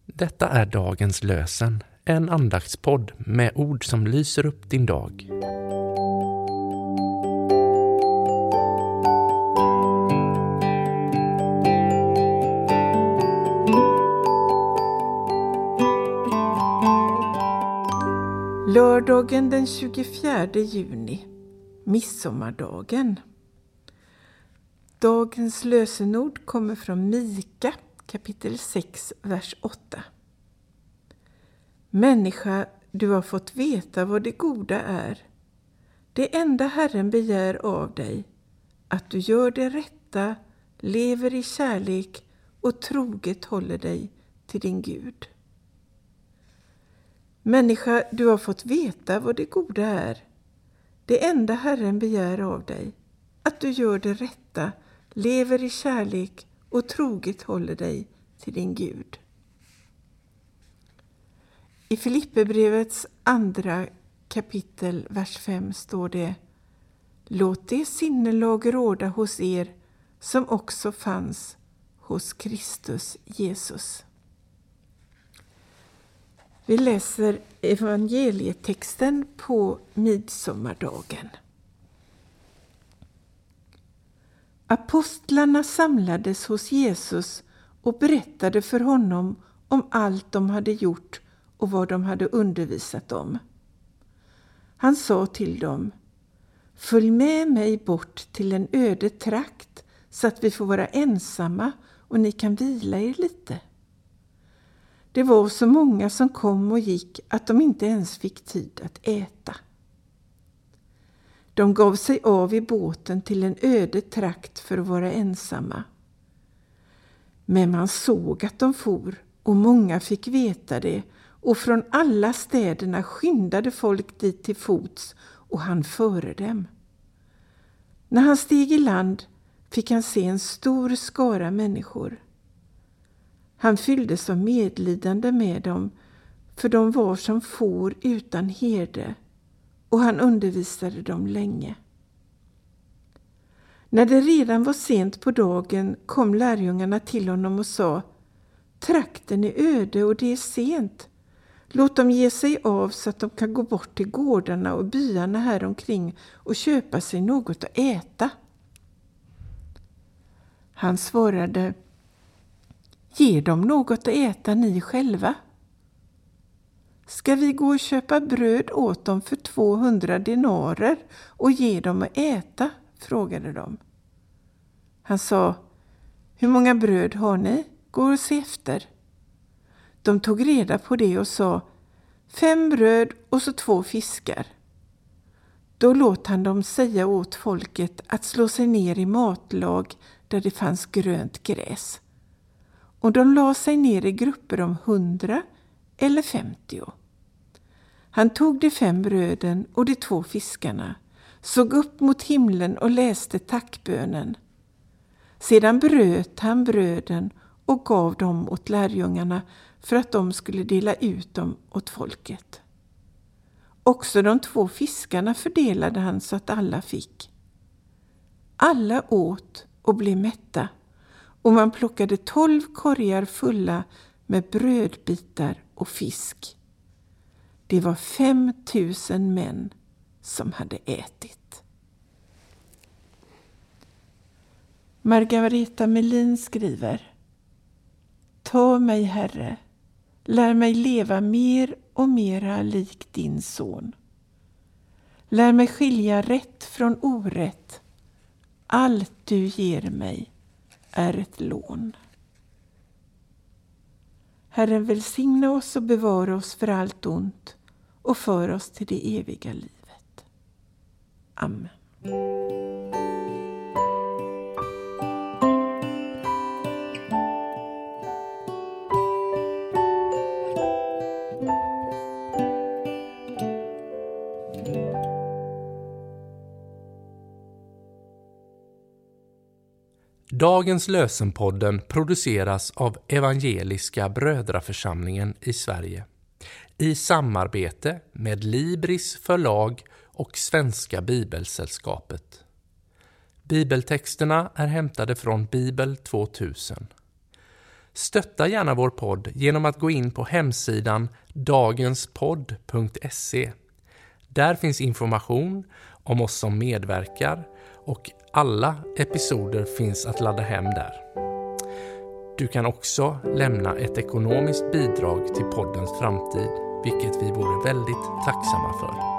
Detta är dagens lösen, en andaktspodd med ord som lyser upp din dag. Lördagen den 24 juni, midsommardagen. Dagens lösenord kommer från Mika, kapitel 6, vers 8. Människa, du har fått veta vad det goda är. Det enda Herren begär av dig, att du gör det rätta, lever i kärlek och troget håller dig till din Gud. Människa, du har fått veta vad det goda är. Det enda Herren begär av dig, att du gör det rätta, lever i kärlek och troget håller dig till din Gud. I Filipperbrevets 2 kapitel, vers 5 står det: Låt det sinnelag råda hos er som också fanns hos Kristus Jesus. Vi läser evangelietexten på midsommardagen. Apostlarna samlades hos Jesus och berättade för honom om allt de hade gjort och vad de hade undervisat om. Han sa till dem: Följ med mig bort till en öde trakt så att vi får vara ensamma och ni kan vila er lite. Det var så många som kom och gick att de inte ens fick tid att äta. De gav sig av i båten till en öde trakt för att vara ensamma. Men man såg att de for och många fick veta det, och från alla städerna skyndade folk dit till fots och han före dem. När han steg i land fick han se en stor skara människor. Han fylldes av medlidande med dem, för de var som får utan herde, och han undervisade dem länge. När det redan var sent på dagen kom lärjungarna till honom och sa: Trakten är öde och det är sent. Låt dem ge sig av så att de kan gå bort till gårdarna och byarna här omkring och köpa sig något att äta. Han svarade: Ge dem något att äta ni själva. Ska vi gå och köpa bröd åt dem för 200 denarer och ge dem att äta? Frågade de. Han sa: Hur många bröd har ni? Gå och se efter. De tog reda på det och sa: 5 bröd och så 2 fiskar. Då låt han dem säga åt folket att slå sig ner i matlag där det fanns grönt gräs. Och de la sig ner i grupper om 100 eller 50. Han tog de 5 bröden och de 2 fiskarna, såg upp mot himlen och läste tackbönen. Sedan bröt han bröden och gav dem åt lärjungarna för att de skulle dela ut dem åt folket. Också de 2 fiskarna fördelade han så att alla fick. Alla åt och blev mätta, och man plockade 12 korgar fulla med brödbitar och fisk. Det var 5 000 män som hade ätit. Margareta Melin skriver: Ta mig, Herre, lär mig leva mer och mera lik din son. Lär mig skilja rätt från orätt. Allt du ger mig är ett lån. Herren välsigna oss och bevara oss för allt ont och för oss till det eviga livet. Amen. Dagens lösenpodden produceras av Evangeliska Brödraförsamlingen i Sverige i samarbete med Libris förlag och Svenska Bibelsällskapet. Bibeltexterna är hämtade från Bibel 2000. Stötta gärna vår podd genom att gå in på hemsidan dagenspodd.se. Där finns information om oss som medverkar och alla episoder finns att ladda hem där. Du kan också lämna ett ekonomiskt bidrag till poddens framtid, vilket vi vore väldigt tacksamma för.